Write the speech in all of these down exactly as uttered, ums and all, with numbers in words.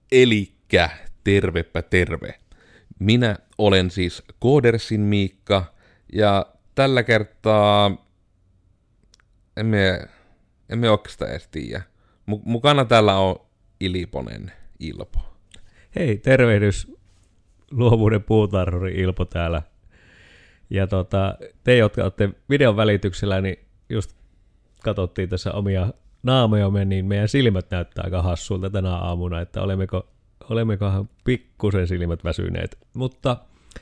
Elikkä tervepä terve. Minä olen siis Codersin Miikka, ja tällä kertaa emme, emme oikeastaan edes tiedä. Mukana täällä on Ilponen Ilpo. Hei, tervehdys, luovuuden puutarhuri Ilpo täällä. Ja tota, te, jotka olette videon välityksellä, niin just katsottiin tässä omia naamojamme, niin meidän silmät näyttää aika hassulta tänä aamuna, että olemmeko, olemmekohan pikkusen silmät väsyneet. Mutta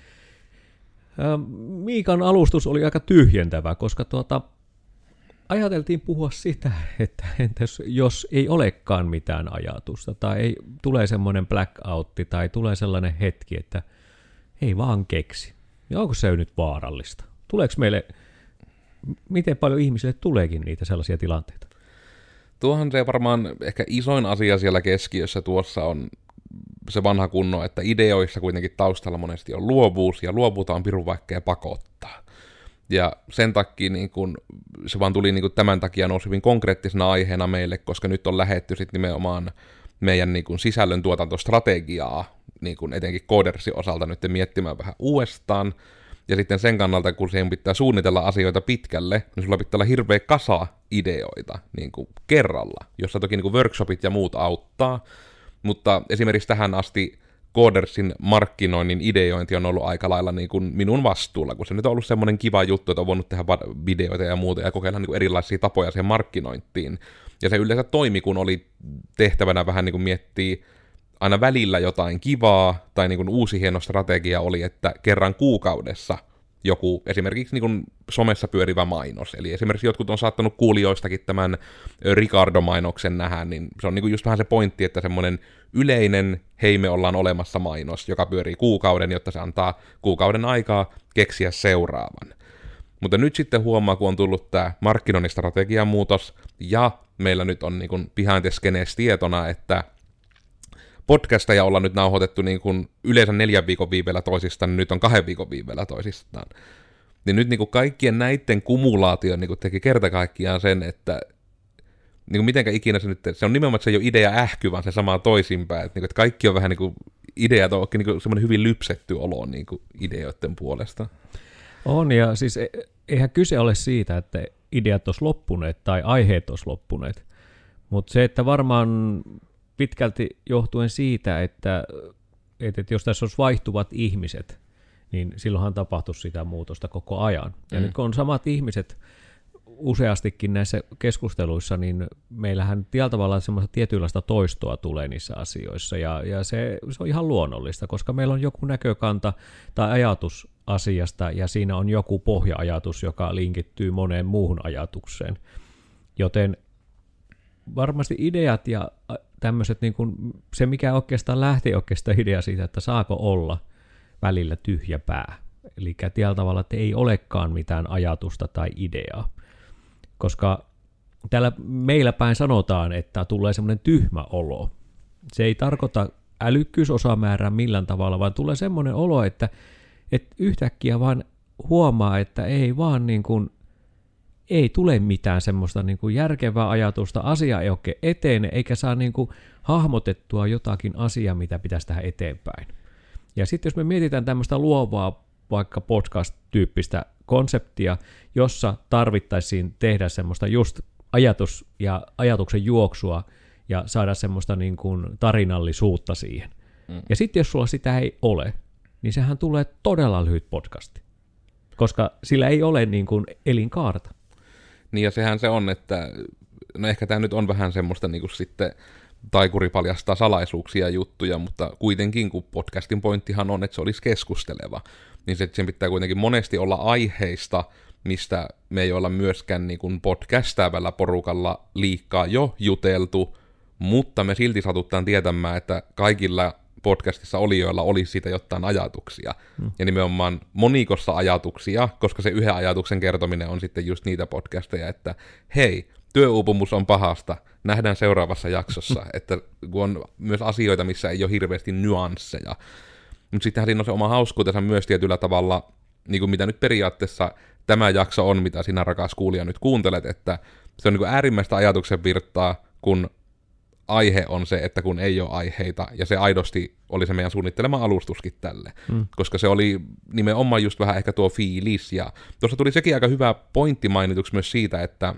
ää, Miikan alustus oli aika tyhjentävä, koska tuota, ajateltiin puhua sitä, että entäs jos ei olekaan mitään ajatusta, tai ei tulee semmoinen blackoutti, tai tulee sellainen hetki, että ei vaan keksi. Ja onko se nyt vaarallista? Tuleeko meille, miten paljon ihmisille tuleekin niitä sellaisia tilanteita? Tuohan se varmaan ehkä isoin asia siellä keskiössä tuossa on se vanha kunno, että ideoissa kuitenkin taustalla monesti on luovuus, ja luovuutta on pirun vaikea pakottaa. Ja sen takia niin kun, se vaan tuli niin kun tämän takia nousi hyvin konkreettisena aiheena meille, koska nyt on lähdetty sitten nimenomaan meidän niin kun sisällön tuotantostrategiaa, niin kun etenkin Codersin osalta nyt miettimään vähän uudestaan. Ja sitten sen kannalta, kun siihen pitää suunnitella asioita pitkälle, niin sulla pitää olla hirveä kasa ideoita niin kuin kerralla, jossa toki niin kuin workshopit ja muut auttaa. Mutta esimerkiksi tähän asti Codersin markkinoinnin ideointi on ollut aika lailla niin kuin minun vastuulla, kun se nyt on ollut semmoinen kiva juttu, että on voinut tehdä videoita ja muuta ja kokeilla niin kuin erilaisia tapoja siihen markkinointiin. Ja se yleensä toimi, kun oli tehtävänä vähän niin kuin miettiä aina välillä jotain kivaa, tai niin kuin uusi hieno strategia oli, että kerran kuukaudessa joku esimerkiksi niin kuin somessa pyörivä mainos. Eli esimerkiksi jotkut on saattanut kuulijoistakin tämän Ricardo-mainoksen nähdä, niin se on niin kuin just vähän se pointti, että semmoinen yleinen hei me ollaan olemassa mainos, joka pyörii kuukauden, jotta se antaa kuukauden aikaa keksiä seuraavan. Mutta nyt sitten huomaa, kun on tullut tämä markkinoinnin strategian muutos, ja meillä nyt on niin kuin behind the scenes tietona, että podcasteja ollaan nyt nauhoitettu niin kuin yleensä neljän viikon viiveellä toisistaan, niin nyt on kahden viikon viiveellä toisistaan. Niin nyt niin kuin kaikkien näiden kumulaatio niin kuin teki kerta kaikkiaan sen, että niin kuin mitenkä ikinä se nyt, se on nimenomaan, että se ei ole idea ähky, vaan se sama toisinpäin. Että, niin kuin, että kaikki on vähän niin kuin, ideat on niin kuin semmoinen hyvin lypsetty olo niin kuin ideoiden puolesta. On, ja siis eihän kyse ole siitä, että ideat olisi loppuneet tai aiheet olisi loppuneet, mutta se, että varmaan pitkälti johtuen siitä, että, että jos tässä olisi vaihtuvat ihmiset, niin silloinhan tapahtuisi sitä muutosta koko ajan. Ja mm. nyt kun on samat ihmiset useastikin näissä keskusteluissa, niin meillähän tietyllä tavalla semmoista tietynlaista toistoa tulee niissä asioissa, ja, ja se, se on ihan luonnollista, koska meillä on joku näkökanta tai ajatus asiasta, ja siinä on joku pohja-ajatus, joka linkittyy moneen muuhun ajatukseen. Joten varmasti ideat ja tämmöiset, niin kuin se mikä oikeastaan lähti oikeastaan idea siitä, että saako olla välillä tyhjä pää. Eli tietyllä tavalla, että ei olekaan mitään ajatusta tai ideaa. Koska täällä meillä päin sanotaan, että tulee semmoinen tyhmä olo. Se ei tarkoita älykkyysosamäärää millään tavalla, vaan tulee semmoinen olo, että, että yhtäkkiä vaan huomaa, että ei vaan niin kuin ei tule mitään semmoista niin kuin järkevää ajatusta, asia ei oikein etene, eikä saa niin kuin hahmotettua jotakin asiaa, mitä pitäisi tehdä eteenpäin. Ja sitten jos me mietitään tämmöistä luovaa, vaikka podcast-tyyppistä konseptia, jossa tarvittaisiin tehdä semmoista just ajatus ja ajatuksen juoksua ja saada semmoista niin kuin tarinallisuutta siihen. Mm. Ja sitten jos sulla sitä ei ole, niin sehän tulee todella lyhyt podcasti, koska sillä ei ole niin kuin elinkaarta. Niin ja sehän se on, että no ehkä tämä nyt on vähän semmoista niin kuin sitten taikuri paljastaa salaisuuksia ja juttuja, mutta kuitenkin kun podcastin pointtihan on, että se olisi keskusteleva, niin se, sen pitää kuitenkin monesti olla aiheista, mistä me ei olla myöskään niin kuin podcastävällä porukalla liikaa jo juteltu, mutta me silti satutaan tietämään, että kaikilla podcastissa olijoilla olisi siitä jotain ajatuksia. Hmm. Ja nimenomaan monikossa ajatuksia, koska se yhden ajatuksen kertominen on sitten just niitä podcasteja, että hei, työuupumus on pahasta, nähdään seuraavassa jaksossa, että kun on myös asioita, missä ei ole hirveästi nyansseja. Mutta sittenhän siinä on se oma hauskuutensa myös tietyllä tavalla, niin kuin mitä nyt periaatteessa tämä jakso on, mitä sinä rakas kuulija nyt kuuntelet, että se on niin kuin äärimmäistä ajatuksen virtaa, kun aihe on se, että kun ei ole aiheita, ja se aidosti oli se meidän suunnittelema alustuskin tälle, mm. koska se oli nimenomaan just vähän ehkä tuo fiilis, ja tuossa tuli sekin aika hyvä pointti mainituksi myös siitä, että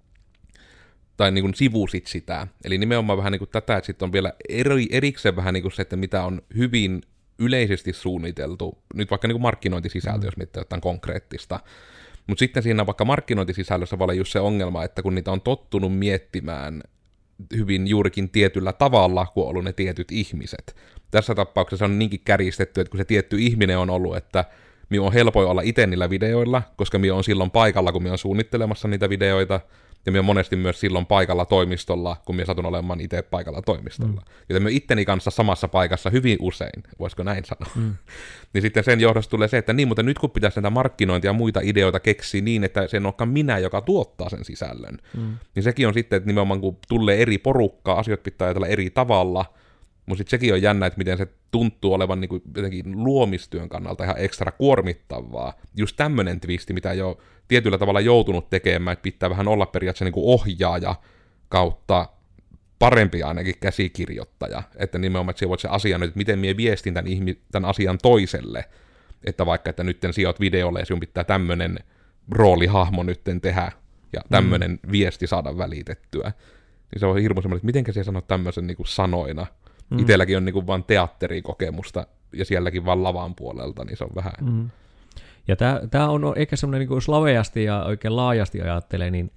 tai niin kuin sivusit sitä, eli nimenomaan vähän niin kuin tätä, että sitten on vielä eri, erikseen vähän niin kuin se, että mitä on hyvin yleisesti suunniteltu, nyt vaikka niin kuin markkinointisisältö, mm. jos miettii jotain konkreettista, mutta sitten siinä vaikka markkinointisisällössä voi olla just se ongelma, että kun niitä on tottunut miettimään hyvin juurikin tietyllä tavalla, kun on ollut ne tietyt ihmiset. Tässä tapauksessa on niinkin kärjistetty, että kun se tietty ihminen on ollut, että minun on helpoin olla itse niillä videoilla, koska minä on silloin paikalla, kun minä on suunnittelemassa niitä videoita, ja minä on monesti myös silloin paikalla toimistolla, kun minä satun olemaan itse paikalla toimistolla. Mm. Joten minä itteni kanssa samassa paikassa hyvin usein, voisiko näin sanoa. Mm. Niin sitten sen johdosta tulee se, että niin, mutta nyt kun pitäisi näitä markkinointia ja muita ideoita keksiä niin, että se en olekaan minä, joka tuottaa sen sisällön, mm. niin sekin on sitten, että nimenomaan kun tulee eri porukkaa, asioita pitää ajatella eri tavalla, mutta sitten sekin on jännä, että miten se tuntuu olevan niin kuin jotenkin luomistyön kannalta ihan ekstra kuormittavaa. Just tämmöinen twisti, mitä ei ole tietyllä tavalla joutunut tekemään, että pitää vähän olla periaatteessa niin kuin ohjaaja kautta parempi ainakin käsikirjoittaja. Että nimenomaan, että se voit se asia nyt, että miten mie viestin tämän, ihmi- tämän asian toiselle. Että vaikka, että nyt sijoit videolle ja sinun pitää tämmöinen roolihahmo nytten tehdä ja tämmöinen mm. viesti saada välitettyä. Niin se on hirmu semmoinen, että mitenkä siellä sanot tämmöisen niin kuin sanoina. Mm. Itselläkin on niin kuin vaan teatterikokemusta ja sielläkin vaan lavan puolelta, niin se on vähän. Mm. Ja tämä on ehkä semmoinen, niin kuin jos laveasti ja oikein laajasti ajattelee, niin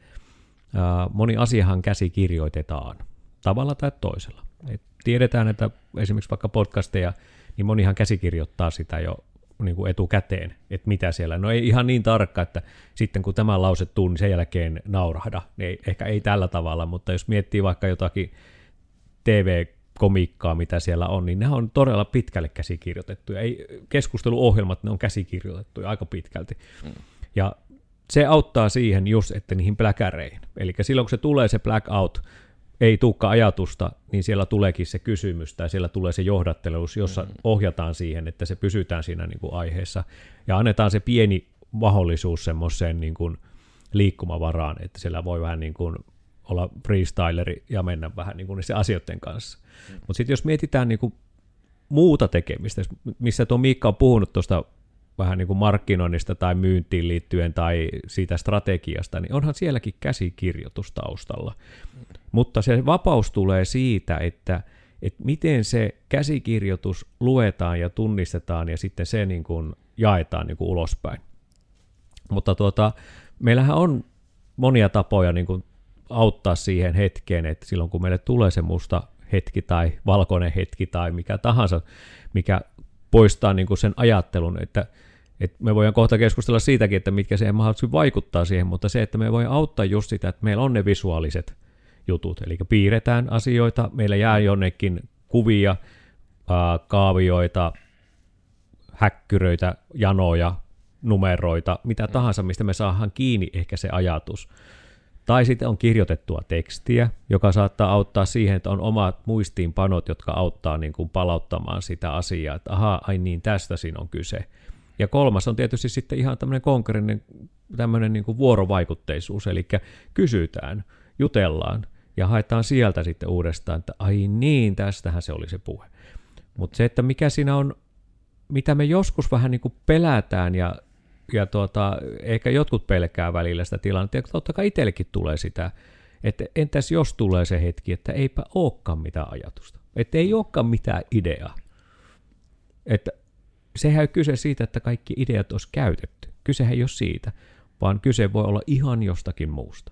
ää, moni asiahan käsikirjoitetaan tavalla tai toisella. Et tiedetään, että esimerkiksi vaikka podcasteja, niin monihan käsikirjoittaa sitä jo niin kuin etukäteen, että mitä siellä. No ei ihan niin tarkka, että sitten kun tämä lause tuu, niin sen jälkeen naurahda. Ei, ehkä ei tällä tavalla, mutta jos miettii vaikka jotakin T V-komiikkaa, mitä siellä on, niin ne on todella pitkälle käsikirjoitettuja. Ei, keskusteluohjelmat, ne on käsikirjoitettuja aika pitkälti. Mm. Ja se auttaa siihen just, että niihin pläkäreihin. Eli silloin, kun se tulee se blackout, ei tulekaan ajatusta, niin siellä tuleekin se kysymys tai siellä tulee se johdattelus, jossa mm. ohjataan siihen, että se pysytään siinä niin kuin aiheessa ja annetaan se pieni mahdollisuus semmoiseen niin kuin liikkumavaraan, että siellä voi vähän niin kuin olla freestyleri ja mennä vähän niin kuin se asioiden kanssa. Mm. Mutta sitten jos mietitään niin kuin muuta tekemistä, missä tuo Miikka on puhunut tuosta vähän niin kuin markkinoinnista tai myyntiin liittyen tai siitä strategiasta, niin onhan sielläkin käsikirjoitus taustalla. Mutta se vapaus tulee siitä, että, että miten se käsikirjoitus luetaan ja tunnistetaan ja sitten se niin kuin jaetaan niin kuin ulospäin. Mutta tuota, meillähän on monia tapoja niin kuin auttaa siihen hetkeen, että silloin kun meille tulee se musta hetki tai valkoinen hetki tai mikä tahansa, mikä poistaa niin kuin sen ajattelun, että Et me voidaan kohta keskustella siitäkin, että mitkä siihen mahdollisesti vaikuttaa siihen, mutta se, että me voidaan auttaa just sitä, että meillä on ne visuaaliset jutut, eli piirretään asioita, meillä jää jonnekin kuvia, ää, kaavioita, häkkyröitä, janoja, numeroita, mitä tahansa, mistä me saadaan kiinni ehkä se ajatus. Tai sitten on kirjoitettua tekstiä, joka saattaa auttaa siihen, että on omat muistiinpanot, jotka auttaa niin kuin palauttamaan sitä asiaa, että ahaa, ai niin, tästä siinä on kyse. Ja kolmas on tietysti sitten ihan tämmöinen konkreettinen tämmöinen niin kuin vuorovaikutteisuus, eli kysytään, jutellaan ja haetaan sieltä sitten uudestaan, että ai niin, tästähän se oli se puhe. Mutta se, että mikä siinä on, mitä me joskus vähän niin kuin pelätään ja, ja tuota, ehkä jotkut pelkää välillä sitä tilannetta, ja totta kai itsellekin tulee sitä, että entäs jos tulee se hetki, että eipä olekaan mitään ajatusta, että ei olekaan mitään ideaa, että sehän ei kyse siitä, että kaikki ideat olisi käytetty. Kysehän ei ole siitä, vaan kyse voi olla ihan jostakin muusta.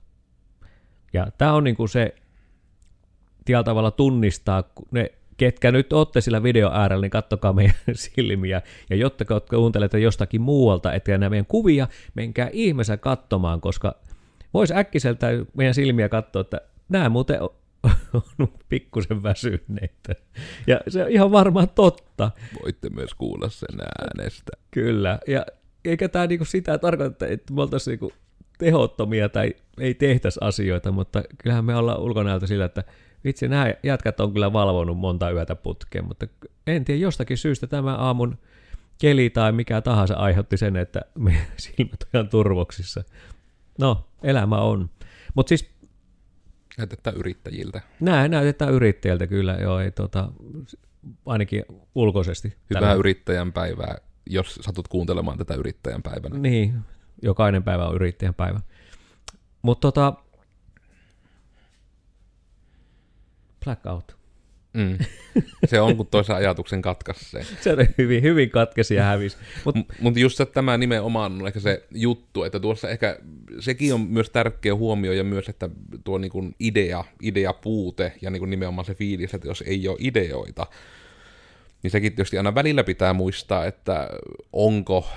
Ja tämä on niin kuin se tietyllä tavalla tunnistaa, ne, ketkä nyt olette sillä video äärellä, niin kattokaa meidän silmiä. Ja jotta kuuntelette jostakin muualta, ettekä nämä meidän kuvia, menkää ihmeessä katsomaan, koska voisi äkkiseltä meidän silmiä katsoa, että nämä muuten on pikkusen väsyneitä. Ja se on ihan varmaan totta. Voitte myös kuulla sen äänestä. Kyllä. Ja eikä tämä niinku sitä tarkoita, että me oltaisiin niinku tehottomia tai ei tehtäisi asioita, mutta kyllähän me ollaan ulkonäöltä sillä, että vitsi, nämä jätkät on kyllä valvonut monta yötä putkeen, mutta en tiedä, jostakin syystä tämä aamun keli tai mikä tahansa aiheutti sen, että meidän silmät on ihan turvoksissa. No, elämä on. Mutta siis Näytetään yrittäjiltä. Näin näytetään yrittäjiltä kyllä, joo, ei, tota, ainakin ulkoisesti. Hyvää tällä... yrittäjän päivää, jos satut kuuntelemaan tätä yrittäjän päivänä. Niin, jokainen päivä on yrittäjän päivä. Mutta tota, blackout. Mm. Se on, kun toisen ajatuksen katkaisee. Se on hyvin, hyvin katkesi ja hävisi. Mutta M- mut just se, tämä nimenomaan on ehkä se juttu, että tuossa ehkä sekin on myös tärkeä huomio ja myös, että tuo niin kuin idea, ideapuute ja niin kuin nimenomaan se fiilis, että jos ei ole ideoita, niin sekin tietysti aina välillä pitää muistaa, että onko,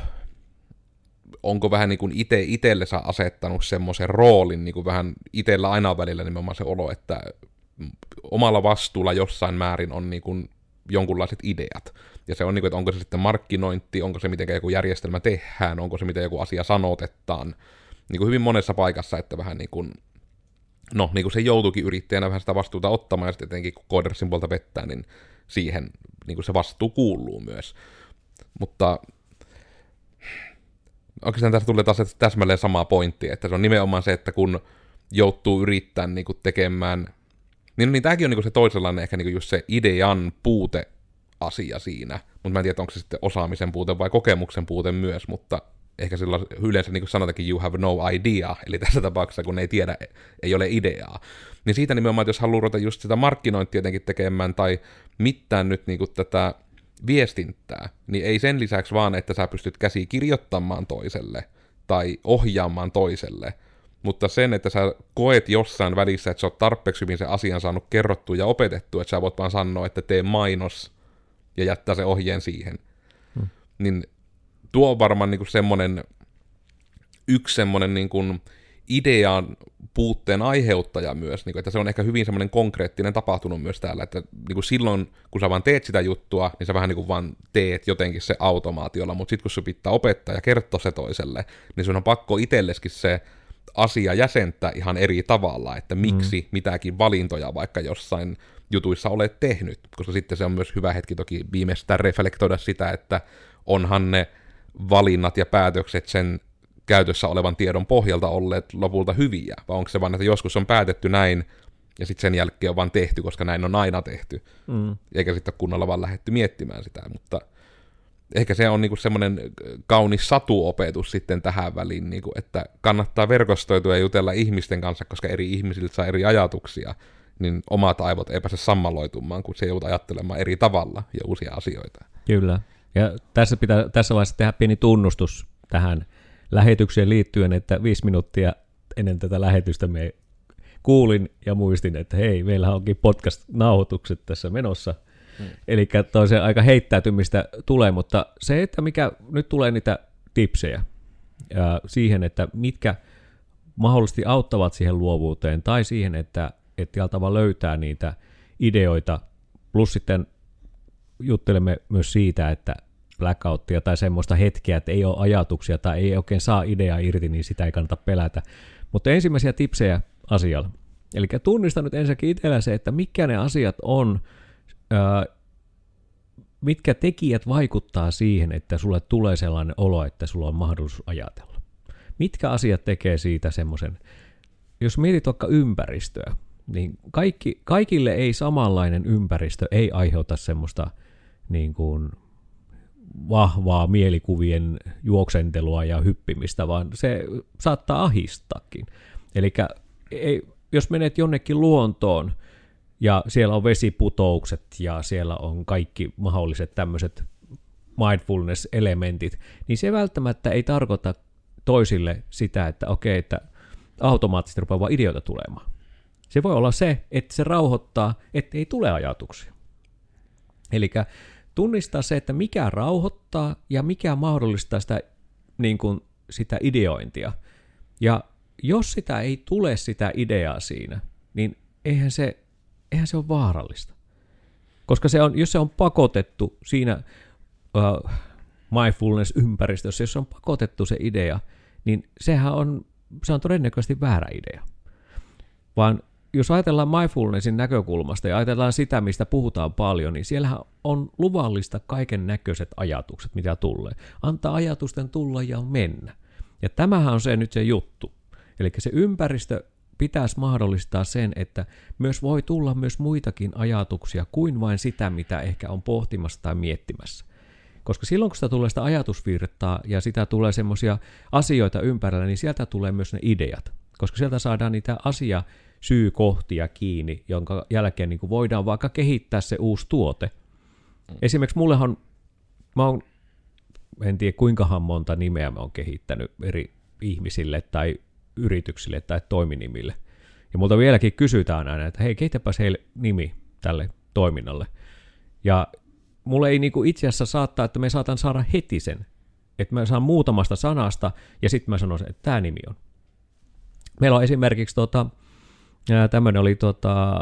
onko vähän niin kuin itse itsellensä asettanut semmoisen roolin, niin kuin vähän itsellä aina välillä nimenomaan se olo, että omalla vastuulla jossain määrin on niin kuin jonkunlaiset ideat. Ja se on, niin kuin, että onko se sitten markkinointi, onko se miten joku järjestelmä tehdään, onko se miten joku asia sanotetaan. Niin kuin hyvin monessa paikassa, että vähän niin kuin, no niin kuin se joutuukin yrittäjänä vähän sitä vastuuta ottamaan, ja sitten etenkin kun Codersin puolta vettää, niin siihen niin kuin se vastuu kuuluu myös. Mutta oikeastaan tässä tulee taas täsmälleen sama pointti, että se on nimenomaan se, että kun joutuu yrittämään niin kuin tekemään. Niin, niin tämäkin on niinku se toisenlainen ehkä niinku just se idean puute asia siinä, mutta mä en tiedä, onko se sitten osaamisen puute vai kokemuksen puute myös, mutta ehkä silloin yleensä niin kuin sanotaankin you have no idea, eli tässä tapauksessa kun ei tiedä, ei ole ideaa. Niin siitä nimenomaan, että jos haluaa ruveta just sitä markkinointia jotenkin tekemään tai mitään nyt niinku tätä viestintää, niin ei sen lisäksi vaan, että sä pystyt käsi kirjoittamaan toiselle tai ohjaamaan toiselle, mutta sen, että sä koet jossain välissä, että sä oot tarpeeksi hyvin sen asian saanut kerrottua ja opetettua, että sä voit vaan sanoa, että tee mainos ja jättää se ohjeen siihen. Hmm. Niin tuo on varmaan niinku semmoinen, yksi semmoinen niinku idean puutteen aiheuttaja myös, niinku, että se on ehkä hyvin semmoinen konkreettinen tapahtunut myös täällä, että niinku silloin, kun sä vaan teet sitä juttua, niin sä vähän niinku vaan teet jotenkin se automaatiolla, mutta sitten kun sun pitää opettaa ja kertoa se toiselle, niin sun on pakko itselleskin se asia jäsentää ihan eri tavalla, että miksi mm. mitäkin valintoja vaikka jossain jutuissa olet tehnyt, koska sitten se on myös hyvä hetki toki viimeistään reflektoida sitä, että onhan ne valinnat ja päätökset sen käytössä olevan tiedon pohjalta olleet lopulta hyviä, vai onko se vaan, että joskus on päätetty näin, ja sitten sen jälkeen on vaan tehty, koska näin on aina tehty, mm. eikä sitten kunnolla vaan lähdetty miettimään sitä, mutta ehkä se on niinku semmoinen kaunis satuopetus sitten tähän väliin, niinku, että kannattaa verkostoitua ja jutella ihmisten kanssa, koska eri ihmisiltä saa eri ajatuksia, niin omat aivot ei pääse sammaloitumaan, kun se joudut ajattelemaan eri tavalla ja uusia asioita. Kyllä. Ja tässä pitää tässä vaiheessa tehdä pieni tunnustus tähän lähetykseen liittyen, että viisi minuuttia ennen tätä lähetystä me kuulin ja muistin, että hei, meillä onkin podcast-nauhoitukset tässä menossa. Hmm. Eli toiseen aika heittäytymistä tulee, mutta se, että mikä nyt tulee niitä tipsejä ja siihen, että mitkä mahdollisesti auttavat siihen luovuuteen tai siihen, että että altava löytää niitä ideoita, plus sitten juttelemme myös siitä, että blackouttia tai semmoista hetkeä, että ei ole ajatuksia tai ei oikein saa ideaa irti, niin sitä ei kannata pelätä. Mutta ensimmäisiä tipsejä asialla. Eli tunnista nyt ensinnäkin itsellä se, että mitkä ne asiat on, ää, mitkä tekijät vaikuttaa siihen, että sulle tulee sellainen olo, että sulla on mahdollisuus ajatella. Mitkä asiat tekee siitä semmoisen, jos mietit vaikka ympäristöä, niin kaikki, kaikille ei samanlainen ympäristö ei aiheuta semmoista niin kuin vahvaa mielikuvien juoksentelua ja hyppimistä, vaan se saattaa ahistaakin. Eli jos menet jonnekin luontoon ja siellä on vesiputoukset ja siellä on kaikki mahdolliset tämmöiset mindfulness-elementit, niin se välttämättä ei tarkoita toisille sitä, että okei, että automaattisesti rupeaa vaan ideoita tulemaan. Se voi olla se, että se rauhoittaa, ettei tule ajatuksia. Eli tunnistaa se, että mikä rauhoittaa ja mikä mahdollistaa sitä, niin kuin, sitä ideointia. Ja jos sitä ei tule sitä ideaa siinä, niin eihän se, eihän se ole vaarallista. Koska se on, jos se on pakotettu siinä uh, mindfulness-ympäristössä, jos se on pakotettu se idea, niin sehän on, se on todennäköisesti väärä idea. Vaan jos ajatellaan mindfulnessin näkökulmasta ja ajatellaan sitä, mistä puhutaan paljon, niin siellähän on luvallista kaiken näköiset ajatukset, mitä tulee. Antaa ajatusten tulla ja mennä. Ja tämähän on se nyt se juttu. Eli se ympäristö pitäisi mahdollistaa sen, että myös voi tulla myös muitakin ajatuksia kuin vain sitä, mitä ehkä on pohtimassa tai miettimässä. Koska silloin, kun sitä tulee sitä ajatusvirtaa ja sitä tulee semmoisia asioita ympärillä, niin sieltä tulee myös ne ideat. Koska sieltä saadaan niitä asia-syy-kohtia kiinni, jonka jälkeen niin kuin voidaan vaikka kehittää se uusi tuote. Esimerkiksi mullehan, mä oon, en tiedä kuinkahan monta nimeä mä oon kehittänyt eri ihmisille tai yrityksille tai toiminimille. Ja multa vieläkin kysytään aina, että hei, kehitäpäs heille nimi tälle toiminnalle. Ja mulle ei niinku itse asiassa saattaa, että me saatan saada heti sen. Että mä saan muutamasta sanasta ja sitten mä sanon, että tämä nimi on. Meillä on esimerkiksi tota, tämmöinen oli tota,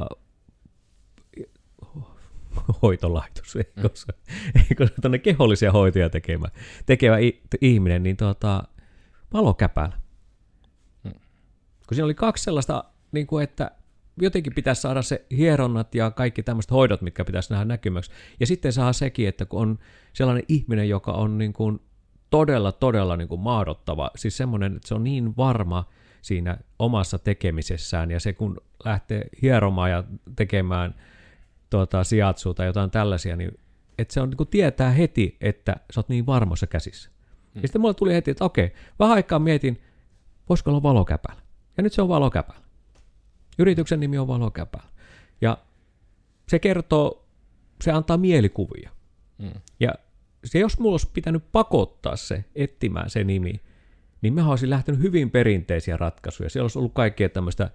hoitolaitos, eikö se, eikö se tuonne kehollisia hoitoja tekevä, tekevä ihminen, niin tota, valokäpälä. Hmm. Kun siinä oli kaksi sellaista, niin kuin, että jotenkin pitäisi saada se hieronnat ja kaikki tämmöiset hoidot, mitkä pitäisi nähdä näkymäksi. Ja sitten saa sekin, että kun on sellainen ihminen, joka on niin kuin todella, todella niin kuin maadottava, siis semmoinen, että se on niin varma siinä omassa tekemisessään, ja se kun lähtee hieromaan ja tekemään tuota, sijatsua tai jotain tällaisia, niin että se on niin kuin tietää heti, että sä oot niin varmoissa käsissä. Hmm. Ja sitten mulle tuli heti, että okei, vähän aikaa mietin, voisiko olla valokäpälä. Ja nyt se on valokäpälä. Yrityksen nimi on valokäpälä. Ja se kertoo, se antaa mielikuvia. Hmm. Ja se, jos mulla olisi pitänyt pakottaa se, etsimään se nimi, niin mä olisin lähtenyt hyvin perinteisiä ratkaisuja. Siellä olisi ollut kaikkea tämmöistä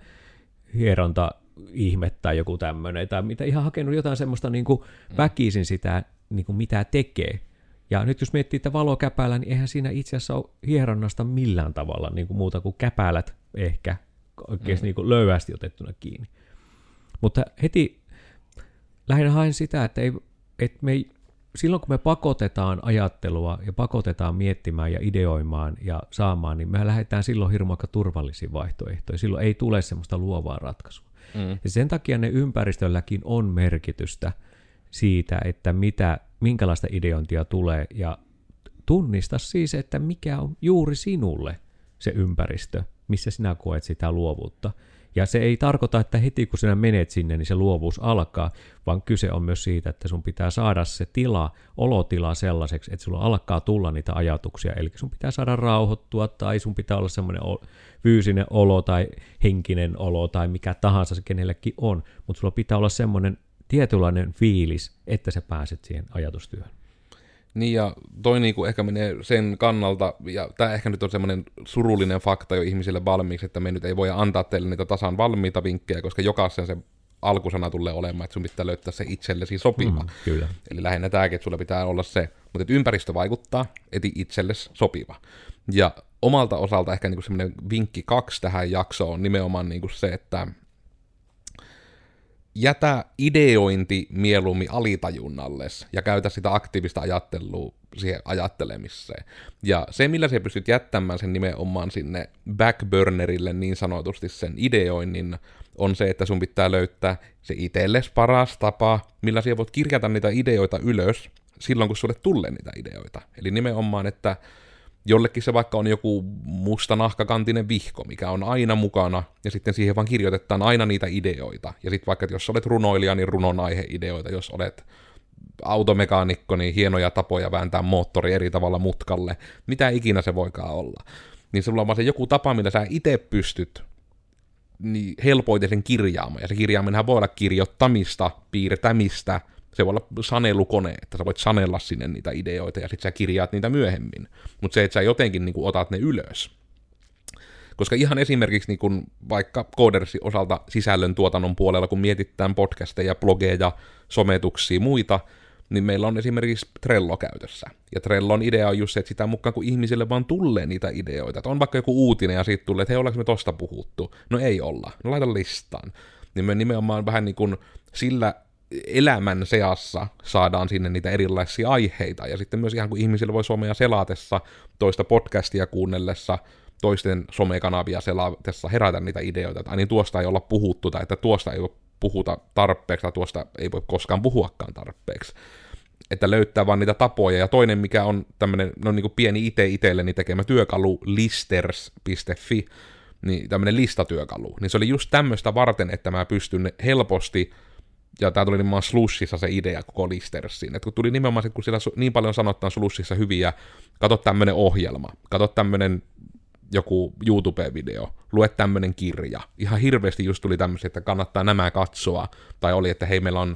hieronta-ihmettä tai joku tämmöinen, tai mitä ihan hakenut jotain semmoista niin kuin väkisin sitä, niin kuin mitä tekee. Ja nyt jos miettii että valokäpälä, niin eihän siinä itse asiassa ole hieronnasta millään tavalla, niin kuin muuta kuin käpälät ehkä oikein mm. niin kuin löyhästi otettuna kiinni. Mutta heti lähinnä haen sitä, että, ei, että me ei, silloin kun me pakotetaan ajattelua ja pakotetaan miettimään ja ideoimaan ja saamaan, niin me lähdetään silloin hirmu aika turvallisiin vaihtoehtoihin. Silloin ei tule semmoista luovaa ratkaisua. Mm. Ja sen takia ne ympäristölläkin on merkitystä siitä, että mitä, minkälaista ideointia tulee, ja tunnista siis, että mikä on juuri sinulle se ympäristö, missä sinä koet sitä luovuutta. Ja se ei tarkoita, että heti kun sinä menet sinne, niin se luovuus alkaa, vaan kyse on myös siitä, että sun pitää saada se tila, olotila sellaiseksi, että sulla alkaa tulla niitä ajatuksia. Eli sun pitää saada rauhoittua, tai sun pitää olla semmoinen fyysinen olo tai henkinen olo tai mikä tahansa se kenellekin on, mutta sulla pitää olla semmoinen tietynlainen fiilis, että sä pääset siihen ajatustyöhön. Niin, ja toi niinku ehkä menee sen kannalta, ja tämä ehkä nyt on semmoinen surullinen fakta jo ihmisille valmiiksi, että me nyt ei voi antaa teille niitä tasan valmiita vinkkejä, koska jokaisen se alkusana tulee olemaan, että sun pitää löytää se itsellesi sopiva. Mm, kyllä. Eli lähinnä tämäkin, että sulla pitää olla se, mutta ympäristö vaikuttaa, eti itsellesi sopiva. Ja omalta osalta ehkä niinku semmoinen vinkki kaksi tähän jaksoon on nimenomaan niinku se, että jätä ideointi mieluummin alitajunnalles ja käytä sitä aktiivista ajattelua siihen ajattelemiseen. Ja se, millä sä pystyt jättämään sen nimenomaan sinne backburnerille niin sanotusti sen ideoinnin, on se, että sun pitää löytää se itsellesi paras tapa, millä sä voit kirjata niitä ideoita ylös silloin, kun sulle tulee niitä ideoita. Eli nimenomaan, että jollekin se vaikka on joku musta nahkakantinen vihko, mikä on aina mukana, ja sitten siihen vaan kirjoitetaan aina niitä ideoita. Ja sitten vaikka, että jos olet runoilija, niin runon aiheideoita. Jos olet automekaanikko, niin hienoja tapoja vääntää moottori eri tavalla mutkalle. Mitä ikinä se voikaan olla. Niin sulla on vaan se joku tapa, millä sä itse pystyt niin helpoiten sen kirjaamaan. Ja se kirjaaminenhan voi olla kirjoittamista, piirtämistä, se voi olla sanelukone, että sä voit sanella sinne niitä ideoita ja sitten sä kirjaat niitä myöhemmin. Mutta se, että sä jotenkin niin kuin otat ne ylös. Koska ihan esimerkiksi niin kuin vaikka Codersin osalta sisällön tuotannon puolella, kun mietitään podcasteja, blogeja, sometuksia, muita, niin meillä on esimerkiksi Trello käytössä. Ja Trellon idea on just se, että sitä mukaan kun ihmisille vaan tulee niitä ideoita. Että on vaikka joku uutinen ja siitä tulee, että hei, ollaanko me tosta puhuttu? No ei olla. No laita listaan. Niin me nimenomaan vähän niin kuin sillä elämän seassa saadaan sinne niitä erilaisia aiheita, ja sitten myös ihan kun ihmisille voi somea selatessa, toista podcastia kuunnellessa, toisten somekanavia selatessa herätä niitä ideoita, että niin tuosta ei olla puhuttu, tai että tuosta ei voi puhuta tarpeeksi, tai tuosta ei voi koskaan puhuakaan tarpeeksi. Että löytää vaan niitä tapoja, ja toinen mikä on tämmöinen, no niin kuin pieni itse itselleni tekemä työkalu, listers piste fi, niin tämmöinen listatyökalu, niin se oli just tämmöistä varten, että mä pystyn helposti, ja tää tuli nimenomaan Slushissa se idea koko Listersiin, että kun tuli nimenomaan sit, kun siellä niin paljon sanottaan Slushissa hyviä, kato tämmönen ohjelma, kato tämmönen joku YouTube-video, lue tämmönen kirja, ihan hirveästi just tuli tämmöisiä, että kannattaa nämä katsoa, tai oli, että hei, meillä on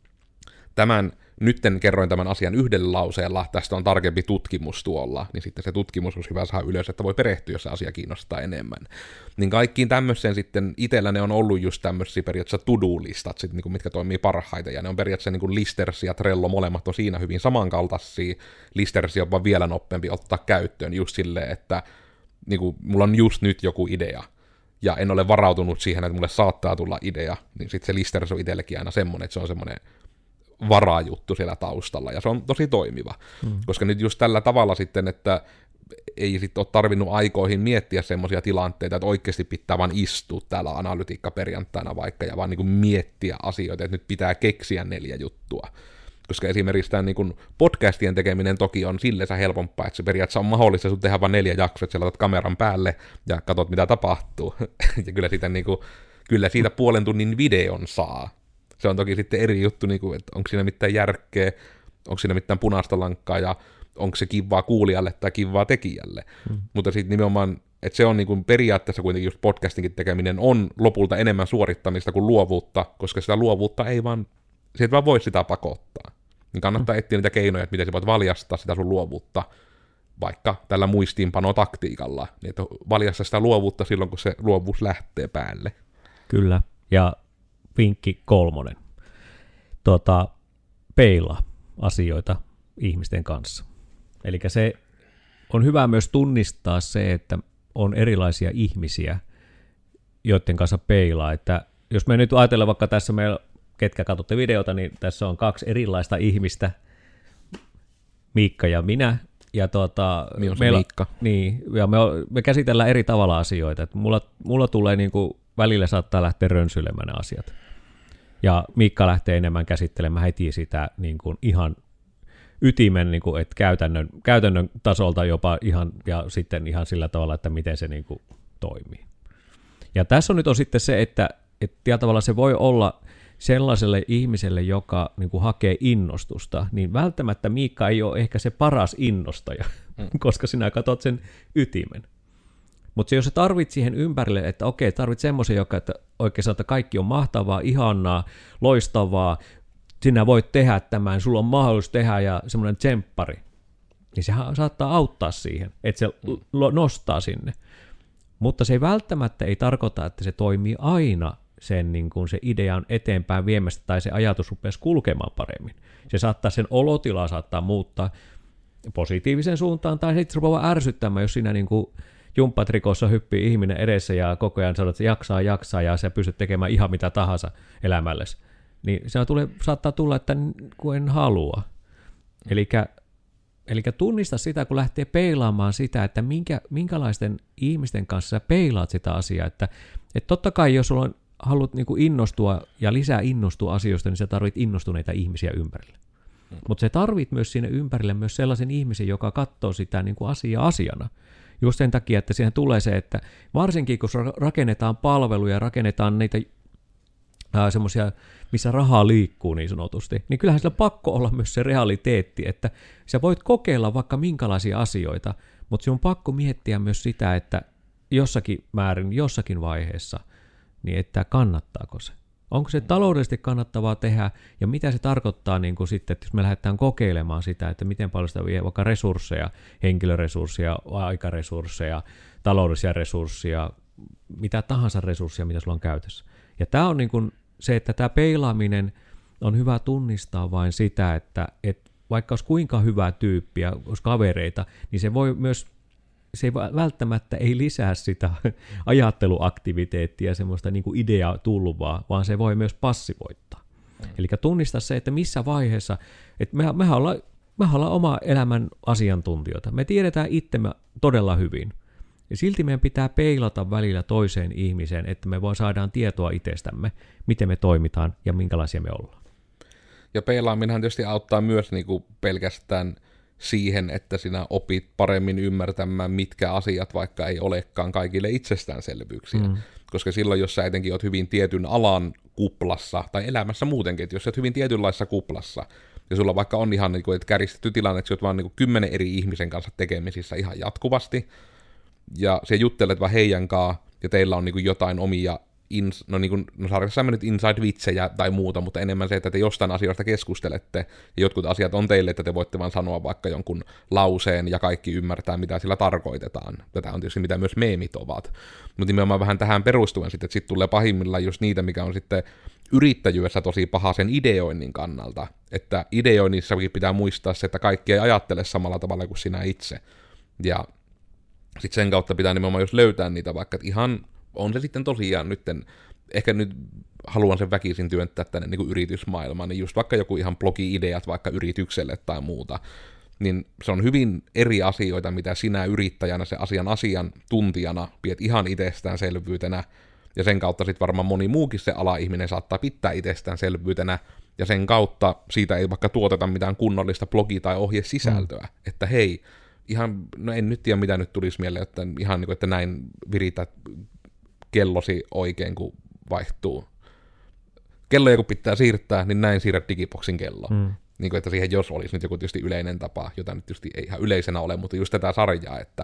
tämän, nytten kerroin tämän asian yhdellä lauseella, tästä on tarkempi tutkimus tuolla, niin sitten se tutkimus olisi hyvä saada ylös, että voi perehtyä, jos se asia kiinnostaa enemmän. Niin kaikkiin tämmöiseen sitten itsellä ne on ollut just tämmöisiä periaatteessa to-do-listat, sit, niin kuin, mitkä toimii parhaiten, ja ne on periaatteessa niin kuin Listers ja Trello, molemmat on siinä hyvin samankaltaisia, Listers jopa vielä nopeampi ottaa käyttöön just silleen, että niin kuin, mulla on just nyt joku idea, ja en ole varautunut siihen, että mulle saattaa tulla idea, niin sitten se Listers on itsellekin aina semmoinen, että se on semmoinen varajuttu siellä taustalla, ja se on tosi toimiva, mm. koska nyt just tällä tavalla sitten, että ei sitten ole tarvinnut aikoihin miettiä semmoisia tilanteita, että oikeasti pitää vaan istua täällä analytiikkaperjantaina vaikka, ja vaan niin kuin miettiä asioita, että nyt pitää keksiä neljä juttua, koska esimerkiksi tämän niin kuin podcastien tekeminen toki on silleensä helpompaa, että se periaatteessa on mahdollista sun tehdä vain neljä jaksoa, että sä laitat kameran päälle ja katsot mitä tapahtuu, ja kyllä siitä, niin kuin, kyllä siitä puolen tunnin videon saa. Se on toki sitten eri juttu, niin kuin, että onko siinä mitään järkeä, onko siinä mitään punaista lankkaa, ja onko se kivaa kuulijalle tai kivaa tekijälle. Mm. Mutta sitten nimenomaan, että se on niin kuin periaatteessa kuitenkin just podcastingin tekeminen on lopulta enemmän suorittamista kuin luovuutta, koska sitä luovuutta ei vaan, se et vaan voi sitä pakottaa. Niin kannattaa mm. etsiä niitä keinoja, että miten sä voit valjastaa sitä sun luovuutta, vaikka tällä muistiinpanotaktiikalla, niin että valjastaa sitä luovuutta silloin, kun se luovuus lähtee päälle. Kyllä, ja vinkki kolmonen. Tota, peilaa asioita ihmisten kanssa. Eli se on hyvä myös tunnistaa se, että on erilaisia ihmisiä, joiden kanssa peilaa. Että jos me nyt ajatellaan vaikka tässä meillä, ketkä katsotte videota, niin tässä on kaksi erilaista ihmistä, Miikka ja minä. Ja tuota, niin on se meillä, Miikka. Niin, ja me, me käsitellään eri tavalla asioita. Että mulla, mulla tulee niin kuin, välillä saattaa lähteä rönsyilemään ne asiat. Ja Miikka lähtee enemmän käsittelemään heti sitä niin kuin ihan ytimen, niin kuin, että käytännön, käytännön tasolta jopa ihan, ja sitten ihan sillä tavalla, että miten se niin kuin toimii. Ja tässä on nyt on sitten se, että, että tietyllä tavalla se voi olla sellaiselle ihmiselle, joka niin kuin hakee innostusta, niin välttämättä Miikka ei ole ehkä se paras innostaja, mm. koska sinä katsot sen ytimen. Mutta jos sä tarvit siihen ympärille, että okei, tarvit semmoisen, joka että oikein sanoo, että kaikki on mahtavaa, ihanaa, loistavaa, sinä voit tehdä tämän, sulla on mahdollisuus tehdä ja semmoinen tsemppari, niin sehän saattaa auttaa siihen, että se nostaa sinne. Mutta se ei välttämättä ei tarkoita, että se toimii aina sen niin kuin se idean eteenpäin viemästä tai se ajatus rupeaisi kulkemaan paremmin. Se saattaa, sen olotilaa saattaa muuttaa positiivisen suuntaan tai sitten se rupeaa ärsyttämään, jos siinä niin kuin jumppatrikossa hyppii ihminen edessä ja koko ajan sanoo, että se jaksaa, jaksaa ja sä pystyt tekemään ihan mitä tahansa elämällesi. Niin se tulee, saattaa tulla, että kun en halua. Elikkä, elikkä tunnista sitä, kun lähtee peilaamaan sitä, että minkä, minkälaisten ihmisten kanssa sä peilaat sitä asiaa. Että, että totta kai, jos sulla on, haluat niin kuin innostua ja lisää innostua asioista, niin sä tarvit innostuneita ihmisiä ympärille. Hmm. Mutta sä tarvit myös sinne ympärille myös sellaisen ihmisen, joka katsoo sitä niin kuin asiaa asiana. Just sen takia, että siihen tulee se, että varsinkin kun rakennetaan palveluja, rakennetaan niitä semmoisia, missä rahaa liikkuu niin sanotusti, niin kyllähän sillä pakko olla myös se realiteetti, että sä voit kokeilla vaikka minkälaisia asioita, mutta se on pakko miettiä myös sitä, että jossakin määrin, jossakin vaiheessa, niin että kannattaako se. Onko se taloudellisesti kannattavaa tehdä, ja mitä se tarkoittaa niin kuin sitten, että jos me lähdetään kokeilemaan sitä, että miten paljon sitä vie vaikka resursseja, henkilöresursseja, aikaresursseja, taloudellisia resursseja, mitä tahansa resursseja, mitä sulla on käytössä. Ja tämä on niin kuin se, että tämä peilaaminen on hyvä tunnistaa vain sitä, että, että vaikka olisi kuinka hyvä tyyppi ja olisi kavereita, niin se voi myös, se ei välttämättä ei lisää sitä ajatteluaktiviteettia, semmoista niin kuin ideaa tulvaa, vaan se voi myös passivoittaa. Mm. Eli tunnista se, että missä vaiheessa, että me, mehän, ollaan, mehän ollaan oma elämän asiantuntijoita, me tiedetään itsemme todella hyvin. Ja silti meidän pitää peilata välillä toiseen ihmiseen, että me voi saadaan tietoa itsestämme, miten me toimitaan ja minkälaisia me ollaan. Ja peilaaminenhan tietysti auttaa myös niin kuin pelkästään siihen, että sinä opit paremmin ymmärtämään, mitkä asiat vaikka ei olekaan kaikille itsestäänselvyyksiä. Mm. Koska silloin, jos sä etenkin oot hyvin tietyn alan kuplassa, tai elämässä muutenkin, että jos sä oot hyvin tietynlaisessa kuplassa, ja sulla vaikka on ihan niin kuin, että käristetty tilanne, että sä oot vaan niin kuin kymmenen eri ihmisen kanssa tekemisissä ihan jatkuvasti, ja sä juttelet vaan heidän kanssa, ja teillä on niin kuin jotain omia, ins, no niin kuin, no saadaan nyt inside-vitsejä tai muuta, mutta enemmän se, että te jostain asioista keskustelette, ja jotkut asiat on teille, että te voitte vaan sanoa vaikka jonkun lauseen, ja kaikki ymmärtää, mitä sillä tarkoitetaan. Tätä on tietysti mitä myös meemit ovat. Mutta nimenomaan vähän tähän perustuen sitten, että sitten tulee pahimmillaan just niitä, mikä on sitten yrittäjyydessä tosi paha sen ideoinnin kannalta, että ideoinnissakin pitää muistaa se, että kaikki ei ajattele samalla tavalla kuin sinä itse. Ja sitten sen kautta pitää nimenomaan jos löytää niitä vaikka, että ihan on se sitten tosiaan nytten, ehkä nyt haluan sen väkisin työntää tänne niin kuin yritysmaailmaan, niin just vaikka joku ihan blogi-ideat vaikka yritykselle tai muuta, niin se on hyvin eri asioita, mitä sinä yrittäjänä, se asian asiantuntijana pidät ihan itsestäänselvyytenä, ja sen kautta sitten varmaan moni muukin se ala-ihminen saattaa pitää itsestäänselvyytenä, ja sen kautta siitä ei vaikka tuoteta mitään kunnollista blogi- tai ohjesisältöä, mm. että hei, ihan, no en nyt tiedä mitä nyt tulisi mieleen, että ihan niin kuin, että näin virität kellosi oikein, kun vaihtuu. Kelloja kun pitää siirtää, niin näin siirrät Digiboxin kello. Mm. Niin kuin, että siihen jos olisi nyt joku tietysti yleinen tapa, jota nyt tietysti ei ihan yleisenä ole, mutta just tätä sarjaa, että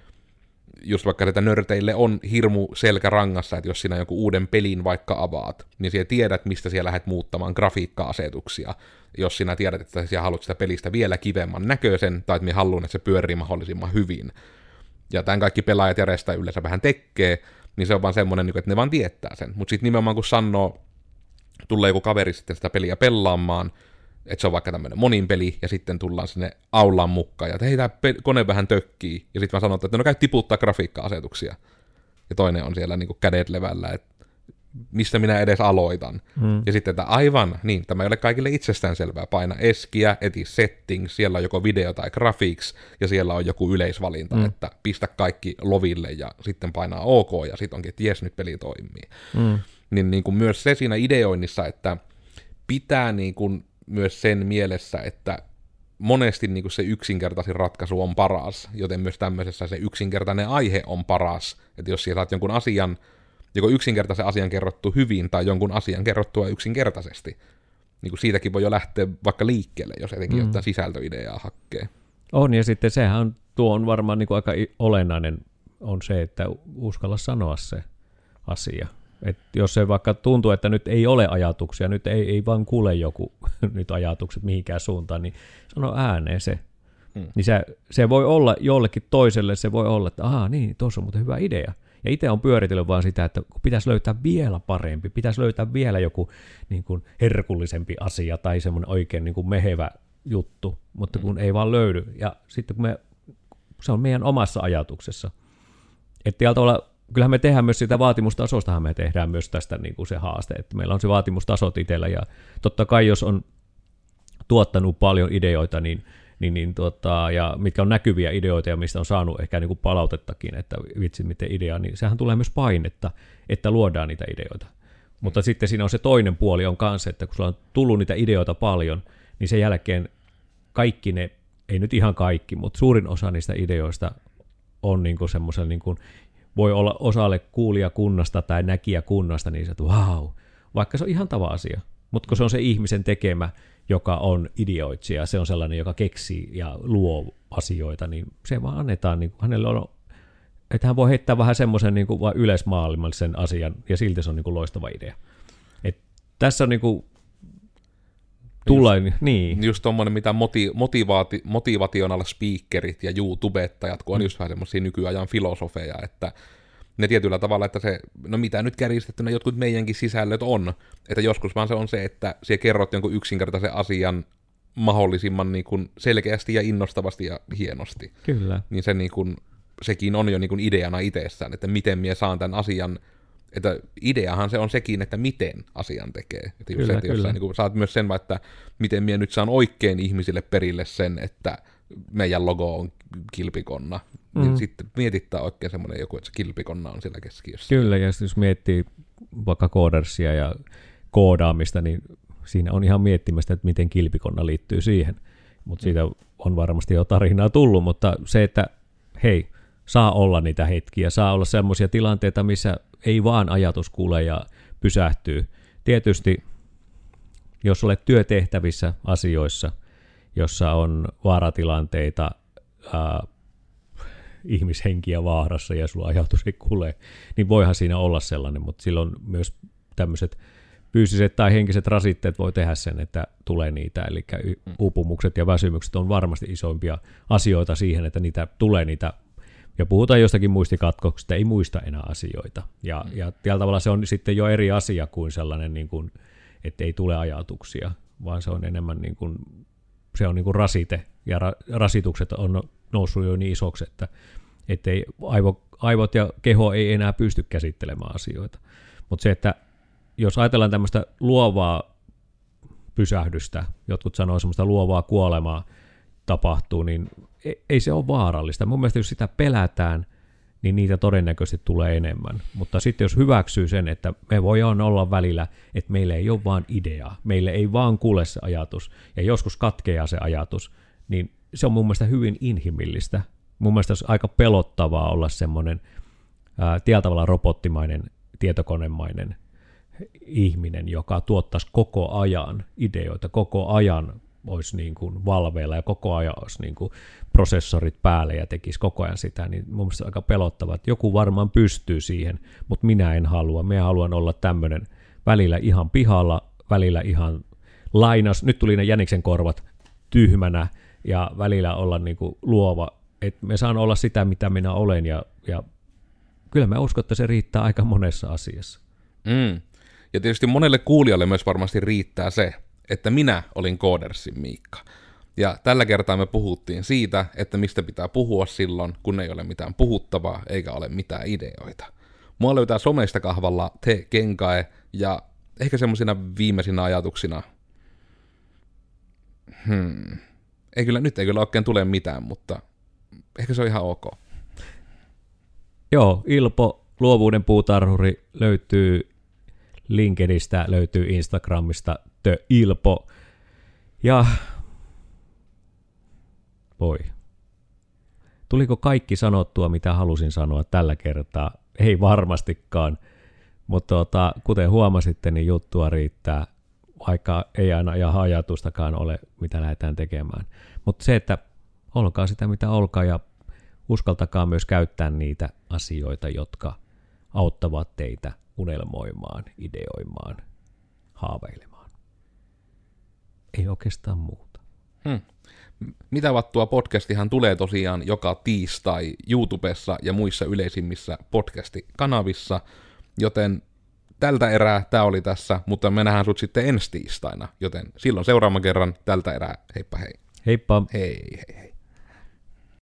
just vaikka tätä nörteille on hirmu selkärangassa, että jos sinä joku uuden pelin vaikka avaat, niin sinä tiedät, mistä siellä lähdet muuttamaan grafiikka-asetuksia. Jos sinä tiedät, että sinä haluat sitä pelistä vielä kivemman näköisen, tai että minä haluan, että se pyörii mahdollisimman hyvin. Ja tämän kaikki pelaajat järjestää yleensä vähän tekee, niin se on vaan semmoinen, että ne vaan tietää sen. Mutta sitten nimenomaan kun sanoo, tulee joku kaveri sitten sitä peliä pelaamaan, että se on vaikka tämmöinen monin peli, ja sitten tullaan sinne aulaan mukaan, ja että hei, tämä kone vähän tökkii, ja sitten vaan sanotaan, että no käy tiputtaa grafiikka-asetuksia. Ja toinen on siellä niin kuin kädet levällä, että mistä minä edes aloitan. Hmm. Ja sitten, että aivan, niin, tämä ei ole kaikille itsestäänselvää. Paina eskiä, eti settings, siellä on joko video tai graphics, ja siellä on joku yleisvalinta, hmm. että pistä kaikki loville, ja sitten painaa OK, ja sitten onkin, että jes, nyt peli toimii. Hmm. Niin, niin kuin myös se siinä ideoinnissa, että pitää niin kuin myös sen mielessä, että monesti niin kuin se yksinkertaisin ratkaisu on paras, joten myös tämmöisessä se yksinkertainen aihe on paras. Että jos saat jonkun asian, joko yksinkertaisen asian kerrottu hyvin, tai jonkun asian kerrottua yksinkertaisesti, niin kuin siitäkin voi jo lähteä vaikka liikkeelle, jos etenkin mm. jotain sisältöideaa hakkee. On, ja sitten sehän on, tuo on varmaan niin kuin aika olennainen on se, että uskalla sanoa se asia. Et jos se vaikka tuntuu, että nyt ei ole ajatuksia, nyt ei, ei vaan kuule joku nyt ajatukset mihinkään suuntaan, niin sano ääneen se. Hmm. Niin se, se voi olla jollekin toiselle, se voi olla, että ahaa niin, tuossa on muuten hyvä idea. Ja itse on pyöritellyt vaan sitä, että pitäisi löytää vielä parempi, pitäisi löytää vielä joku niin kuin herkullisempi asia tai semmoinen oikein niin kuin mehevä juttu, mutta kun hmm. ei vaan löydy. Ja sitten kun me, se on meidän omassa ajatuksessa. Että täältä olla kyllähän me tehdään myös sitä vaatimustasostahan me tehdään myös tästä niin kuin se haaste, että meillä on se vaatimustasot itsellä, ja totta kai jos on tuottanut paljon ideoita, niin, niin, niin tuota, ja mitkä on näkyviä ideoita, ja mistä on saanut ehkä niin kuin palautettakin, että vitsi miten idea, niin sehän tulee myös painetta, että luodaan niitä ideoita. Mutta sitten siinä on se toinen puoli on kanssa, että kun sulla on tullut niitä ideoita paljon, niin sen jälkeen kaikki ne, ei nyt ihan kaikki, mutta suurin osa niistä ideoista on niin kuin semmoisen niin kuin voi olla osalle kuulijakunnasta tai näkijäkunnasta, niin se, että vau, vaikka se on ihan tava asia. Mutta kun se on se ihmisen tekemä, joka on ideoitsija, se on sellainen, joka keksii ja luo asioita, niin se vaan annetaan, niin hänelle on, että hän voi heittää vähän semmoisen niin kuin vain yleismaailmallisen asian, ja silti se on niin kuin loistava idea. Et tässä on niin kuin tulee, just, niin. Just tommoinen, mitä moti, motivaati, motivational speakerit ja YouTubettajat, kun on mm. just vähän semmoisia nykyajan filosofeja, että ne tietyllä tavalla, että se, no mitä nyt kärjistettynä jotkut meidänkin sisällöt on, että joskus vaan se on se, että siellä kerrot jonkun yksinkertaisen asian mahdollisimman niin kuin selkeästi ja innostavasti ja hienosti. Kyllä. Niin se niin kuin, sekin on jo niin kuin ideana itsessään, että miten minä saan tämän asian, että ideahan se on sekin, että miten asian tekee. Että kyllä, se, että jos sä niin kuin, saat myös sen, että miten minä nyt saan oikein ihmisille perille sen, että meidän logo on kilpikonna, mm. niin sitten mietittää oikein semmoinen joku, että se kilpikonna on siellä keskiössä. Kyllä, ja jos miettii vaikka koodersia ja koodaamista, niin siinä on ihan miettimästä, että miten kilpikonna liittyy siihen. Mutta siitä on varmasti jo tarinaa tullut, mutta se, että hei, saa olla niitä hetkiä, saa olla semmoisia tilanteita, missä ei vaan ajatus kuule ja pysähtyy. Tietysti, jos olet työtehtävissä asioissa, jossa on vaaratilanteita, ää, ihmishenkiä vaarassa ja sulla ajatus ei kuule, niin voihan siinä olla sellainen, mutta silloin myös tämmöiset fyysiset tai henkiset rasitteet voi tehdä sen, että tulee niitä, eli uupumukset ja väsymykset on varmasti isoimpia asioita siihen, että niitä tulee niitä, ja puhutaan jostakin muistikatkoksesta, ei muista enää asioita, ja, mm. ja tällä tavalla se on sitten jo eri asia kuin sellainen, niin kuin, että ei tule ajatuksia, vaan se on enemmän niin kuin, se on niin kuin rasite, ja ra, rasitukset on noussut jo niin isoksi, että ettei aivo, aivot ja keho ei enää pysty käsittelemään asioita, mutta se, että jos ajatellaan tämmöistä luovaa pysähdystä, jotkut sanoo semmoista luovaa kuolemaa tapahtuu, niin ei se ole vaarallista. Mun mielestä jos sitä pelätään, niin niitä todennäköisesti tulee enemmän. Mutta sitten jos hyväksyy sen, että me voidaan olla välillä, että meillä ei ole vaan ideaa, meille ei vaan kuule se ajatus, ja joskus katkeaa se ajatus, niin se on mun mielestä hyvin inhimillistä. Mun mielestä olisi aika pelottavaa olla semmoinen ää, tietyllä tavalla robottimainen, tietokonemainen ihminen, joka tuottaisi koko ajan ideoita, koko ajan olisi niin kuin valveilla ja koko ajan olisi niin kuin prosessorit päälle ja tekisi koko ajan sitä, niin mun mielestä aika pelottavaa, että joku varmaan pystyy siihen, mutta minä en halua. Minä haluan olla tämmöinen välillä ihan pihalla, välillä ihan lainas. Nyt tuli ne jäniksen korvat tyhmänä ja välillä olla niin kuin luova, että me saan olla sitä, mitä minä olen ja, ja kyllä mä uskon, että se riittää aika monessa asiassa. Mm. Ja tietysti monelle kuulijalle myös varmasti riittää se, että minä olin Koodersin Miikka. Ja tällä kertaa me puhuttiin siitä, että mistä pitää puhua silloin, kun ei ole mitään puhuttavaa eikä ole mitään ideoita. Mua löytää somesta kahvalla Te Kenkae ja ehkä semmosina viimeisinä ajatuksina, hmm, ei kyllä, nyt ei kyllä oikein tule mitään, mutta ehkä se on ihan ok. Joo, Ilpo, luovuuden puutarhuri, löytyy LinkedInistä, löytyy Instagramista, The Ilpo. Ja voi. Tuliko kaikki sanottua, mitä halusin sanoa tällä kertaa? Ei varmastikaan, mutta tuota, kuten huomasitte, niin juttua riittää, vaikka ei aina ihan ajatustakaan ole, mitä lähdetään tekemään. Mutta se, että olkaa sitä, mitä olkaa, ja uskaltakaa myös käyttää niitä asioita, jotka auttavat teitä unelmoimaan, ideoimaan, haaveilemaan. Ei oikeastaan muuta. Hmm. Mitä vattua podcastihan tulee tosiaan joka tiistai YouTubessa ja muissa yleisimmissä podcast-kanavissa, joten tältä erää tämä oli tässä, mutta me nähdään sut sitten ensi tiistaina, joten silloin seuraavan kerran tältä erää. Heippa hei. Heippa. Hei hei.